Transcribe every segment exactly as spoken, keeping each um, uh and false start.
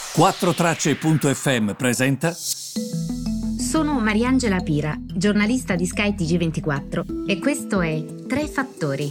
quattro tracce punto effe emme presenta. Sono Mariangela Pira, giornalista di Sky T G ventiquattro e questo è Tre Fattori.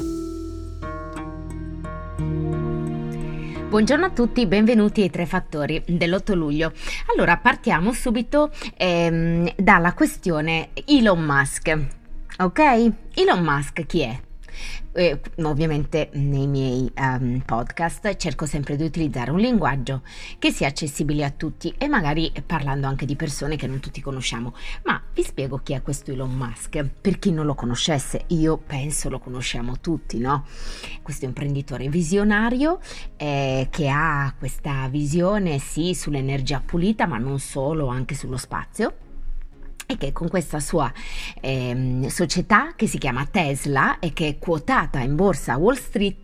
Buongiorno a tutti, benvenuti ai Tre Fattori dell'otto luglio. Allora, partiamo subito ehm, dalla questione Elon Musk. Ok? Elon Musk chi è? Eh, ovviamente nei miei um, podcast cerco sempre di utilizzare un linguaggio che sia accessibile a tutti e magari parlando anche di persone che non tutti conosciamo, ma vi spiego chi è questo Elon Musk per chi non lo conoscesse. Io penso lo conosciamo tutti, no? Questo imprenditore visionario eh, che ha questa visione sì sull'energia pulita, ma non solo, anche sullo spazio, e che con questa sua eh, società che si chiama Tesla e che è quotata in borsa a Wall Street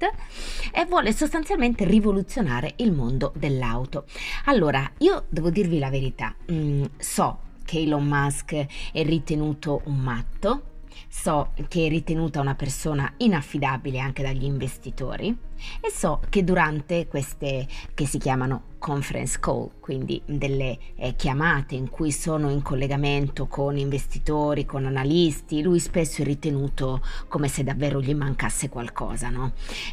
e vuole sostanzialmente rivoluzionare il mondo dell'auto. Allora, io devo dirvi la verità, mm, so che Elon Musk è ritenuto un matto, so che è ritenuta una persona inaffidabile anche dagli investitori e so che durante queste che si chiamano conference call, quindi delle eh, chiamate in cui sono in collegamento con investitori, con analisti, lui spesso è ritenuto come se davvero gli mancasse qualcosa, no?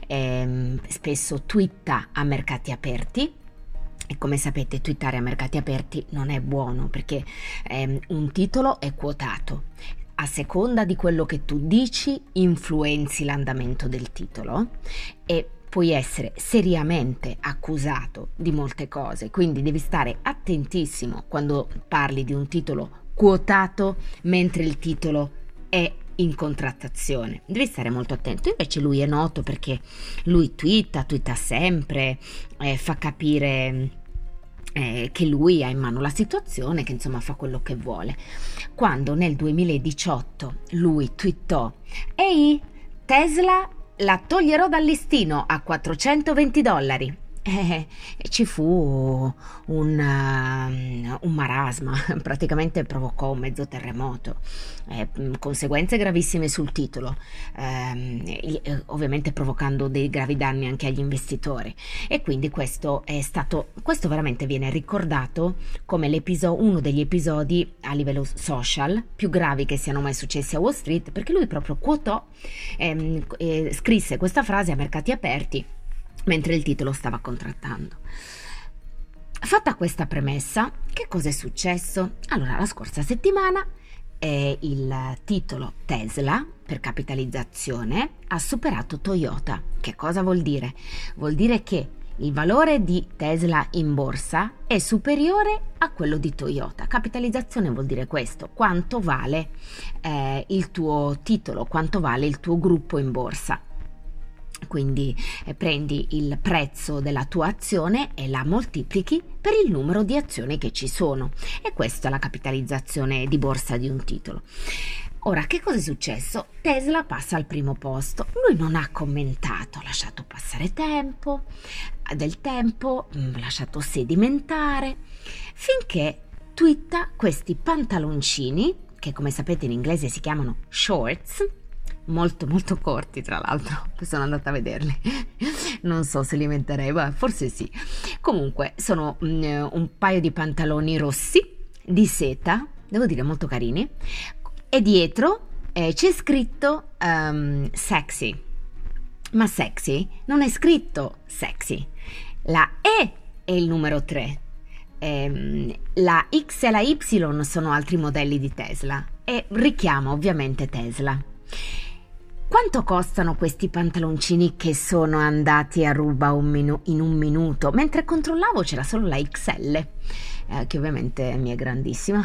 Ehm, spesso twitta a mercati aperti. E come sapete, twittare a mercati aperti non è buono perché ehm, un titolo è quotato. A seconda di quello che tu dici, influenzi l'andamento del titolo e puoi essere seriamente accusato di molte cose, quindi devi stare attentissimo quando parli di un titolo quotato mentre il titolo è in contrattazione. Devi stare molto attento. Invece lui è noto perché lui twitta, twitta sempre, eh, fa capire Eh, che lui ha in mano la situazione, che insomma fa quello che vuole. Quando nel duemiladiciotto lui twittò: ehi, Tesla la toglierò dal listino a quattrocentoventi dollari, eh, ci fu un, uh, un marasma, praticamente provocò un mezzo terremoto, eh, conseguenze gravissime sul titolo, eh, ovviamente provocando dei gravi danni anche agli investitori, e quindi questo è stato, questo veramente viene ricordato come l'episodio, uno degli episodi a livello social più gravi che siano mai successi a Wall Street, perché lui proprio quotò, ehm, eh, scrisse questa frase a mercati aperti mentre il titolo stava contrattando. Fatta questa premessa, che cosa è successo? Allora, la scorsa settimana eh, il titolo Tesla per capitalizzazione ha superato Toyota. Che cosa vuol dire? Vuol dire che il valore di Tesla in borsa è superiore a quello di Toyota. Capitalizzazione vuol dire questo: quanto vale eh, il tuo titolo, quanto vale il tuo gruppo in borsa. Quindi eh, prendi il prezzo della tua azione e la moltiplichi per il numero di azioni che ci sono, e questa è la capitalizzazione di borsa di un titolo. Ora, che cosa è successo? Tesla passa al primo posto, lui non ha commentato, ha lasciato passare tempo, del tempo, mh, lasciato sedimentare, finché twitta questi pantaloncini, che come sapete in inglese si chiamano shorts, molto molto corti, tra l'altro, sono andata a vederli, non so se li metterei, ma forse sì. Comunque sono um, un paio di pantaloni rossi di seta, devo dire molto carini, e dietro eh, c'è scritto um, sexy, ma sexy non è scritto sexy, la E è il numero tre, ehm, la X e la Y sono altri modelli di Tesla e richiama ovviamente Tesla. Quanto costano questi pantaloncini che sono andati a ruba un minu- in un minuto? Mentre controllavo c'era solo la X L, eh, che ovviamente mi è grandissima,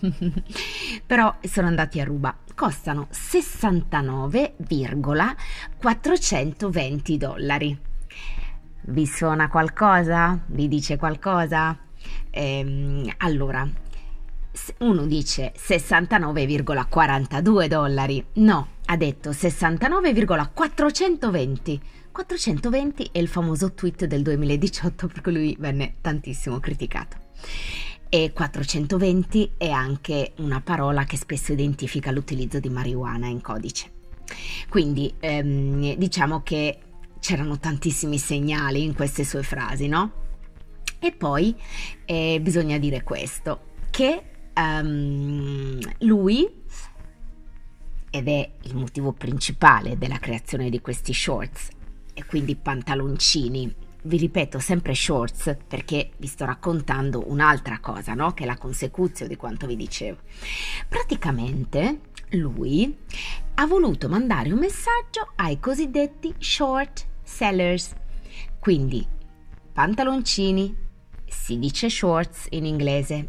però sono andati a ruba. Costano sessantanove virgola quattrocentoventi dollari. Vi suona qualcosa? Vi dice qualcosa? Ehm, allora, uno dice sessantanove virgola quarantadue dollari, no, ha detto sessantanove virgola quattrocentoventi. quattrocentoventi è il famoso tweet del duemiladiciotto per cui lui venne tantissimo criticato, e quattrocentoventi è anche una parola che spesso identifica l'utilizzo di marijuana in codice. Quindi ehm, diciamo che c'erano tantissimi segnali in queste sue frasi, no? E poi eh, bisogna dire questo, che um, lui, ed è il motivo principale della creazione di questi shorts, e quindi pantaloncini, vi ripeto sempre shorts perché vi sto raccontando un'altra cosa, no? Che è la consecuzio di quanto vi dicevo. Praticamente lui ha voluto mandare un messaggio ai cosiddetti short sellers, quindi pantaloncini, si dice shorts in inglese,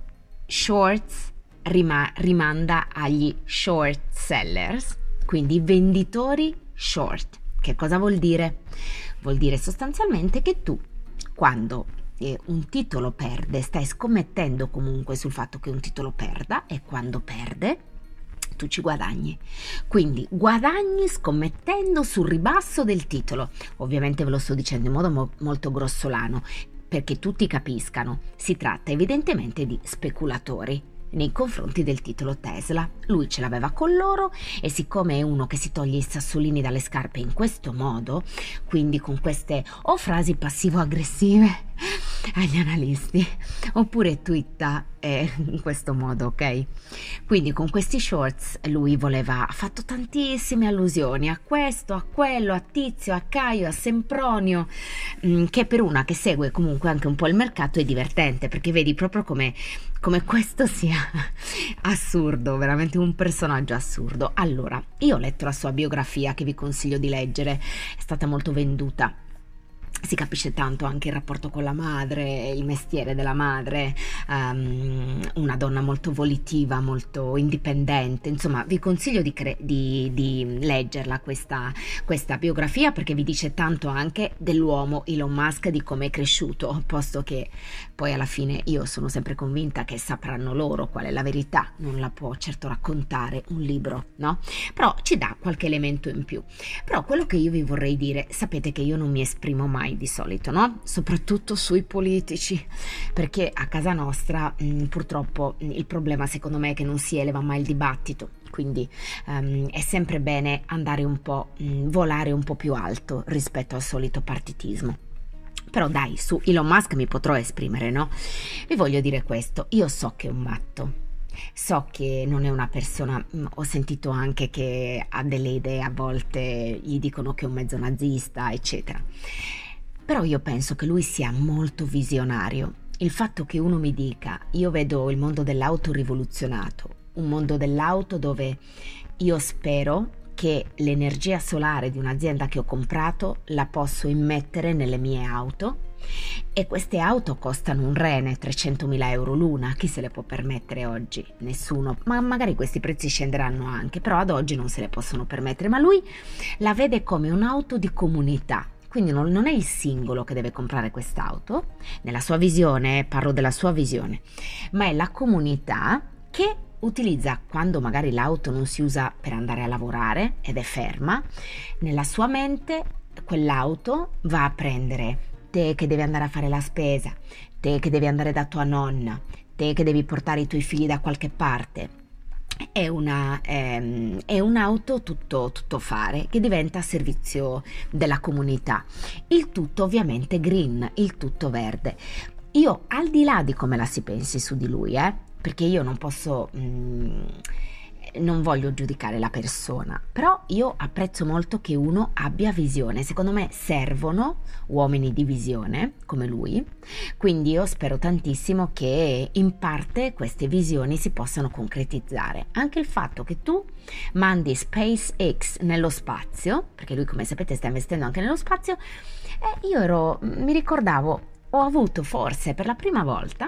shorts rima- rimanda agli short sellers, quindi venditori short. Che cosa vuol dire? Vuol dire sostanzialmente che tu, quando eh, un titolo perde, stai scommettendo comunque sul fatto che un titolo perda, e quando perde tu ci guadagni. Quindi guadagni scommettendo sul ribasso del titolo. Ovviamente ve lo sto dicendo in modo mo- molto grossolano, perché tutti capiscano. Si tratta evidentemente di speculatori nei confronti del titolo Tesla. Lui ce l'aveva con loro, e siccome è uno che si toglie i sassolini dalle scarpe in questo modo, quindi con queste o frasi passivo-aggressive agli analisti, oppure twitta eh, in questo modo, ok? Quindi con questi shorts lui voleva, ha fatto tantissime allusioni a questo, a quello, a Tizio, a Caio, a Sempronio, mh, che per una che segue comunque anche un po' il mercato è divertente, perché vedi proprio come, come questo sia assurdo, veramente un personaggio assurdo. Allora, io ho letto la sua biografia, che vi consiglio di leggere, è stata molto venduta. Si capisce tanto anche il rapporto con la madre, il mestiere della madre, um, una donna molto volitiva, molto indipendente. Insomma, vi consiglio di, cre- di, di leggerla questa, questa biografia, perché vi dice tanto anche dell'uomo Elon Musk, di come è cresciuto, posto che poi alla fine io sono sempre convinta che sapranno loro qual è la verità, non la può certo raccontare un libro, no? Però ci dà qualche elemento in più. Però quello che io vi vorrei dire, sapete che io non mi esprimo mai di solito, no? Soprattutto sui politici, perché a casa nostra mh, purtroppo il problema secondo me è che non si eleva mai il dibattito, quindi um, è sempre bene andare un po', mh, volare un po' più alto rispetto al solito partitismo. Però dai, su Elon Musk mi potrò esprimere, no? Vi voglio dire questo, io so che è un matto, so che non è una persona, mh, ho sentito anche che ha delle idee, a volte gli dicono che è un mezzo nazista, eccetera. Però io penso che lui sia molto visionario. Il fatto che uno mi dica, io vedo il mondo dell'auto rivoluzionato, un mondo dell'auto dove io spero che l'energia solare di un'azienda che ho comprato la posso immettere nelle mie auto, e queste auto costano un rene, trecentomila euro l'una. Chi se le può permettere oggi? Nessuno. Ma magari questi prezzi scenderanno anche, però ad oggi non se le possono permettere. Ma lui la vede come un'auto di comunità. Quindi non, non è il singolo che deve comprare quest'auto, nella sua visione, parlo della sua visione, ma è la comunità che utilizza, quando magari l'auto non si usa per andare a lavorare ed è ferma, nella sua mente quell'auto va a prendere te che devi andare a fare la spesa, te che devi andare da tua nonna, te che devi portare i tuoi figli da qualche parte. È, una, ehm, è un'auto tutto, tutto fare, che diventa a servizio della comunità. Il tutto ovviamente green, il tutto verde. Io, al di là di come la si pensi su di lui, eh, perché io non posso, mh, non voglio giudicare la persona, però io apprezzo molto che uno abbia visione. Secondo me servono uomini di visione come lui, quindi io spero tantissimo che in parte queste visioni si possano concretizzare. Anche il fatto che tu mandi SpaceX nello spazio, perché lui, come sapete, sta investendo anche nello spazio, e io ero, mi ricordavo, ho avuto forse per la prima volta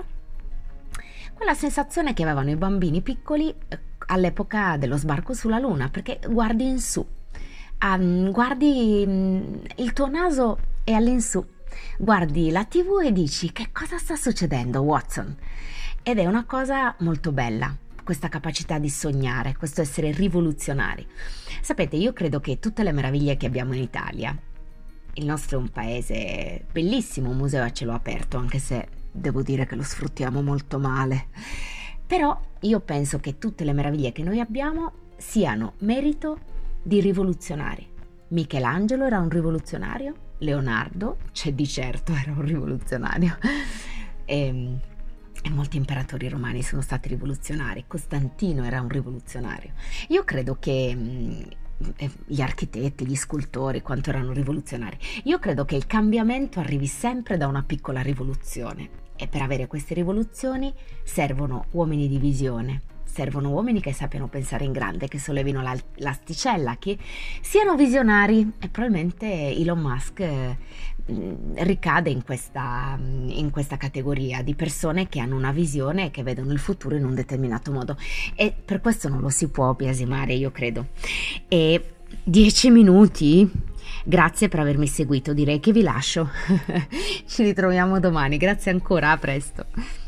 quella sensazione che avevano i bambini piccoli eh, all'epoca dello sbarco sulla Luna, perché guardi in su, um, guardi um, il tuo naso è all'insù, guardi la tivù e dici: che cosa sta succedendo, Watson? Ed è una cosa molto bella, questa capacità di sognare, questo essere rivoluzionari. Sapete, io credo che tutte le meraviglie che abbiamo in Italia, il nostro è un paese bellissimo, un museo a cielo aperto, anche se devo dire che lo sfruttiamo molto male, però io penso che tutte le meraviglie che noi abbiamo siano merito di rivoluzionari. Michelangelo era un rivoluzionario, Leonardo, c'è di certo, era un rivoluzionario. E, e molti imperatori romani sono stati rivoluzionari. Costantino era un rivoluzionario. Io credo che mh, gli architetti, gli scultori, quanto erano rivoluzionari. Io credo che il cambiamento arrivi sempre da una piccola rivoluzione. E per avere queste rivoluzioni servono uomini di visione, servono uomini che sappiano pensare in grande, che sollevino la, l'asticella, che siano visionari, e probabilmente Elon Musk eh, ricade in questa, in questa categoria di persone che hanno una visione e che vedono il futuro in un determinato modo, e per questo non lo si può biasimare, io credo. E dieci minuti? Grazie per avermi seguito, direi che vi lascio. Ci ritroviamo domani, grazie ancora, a presto.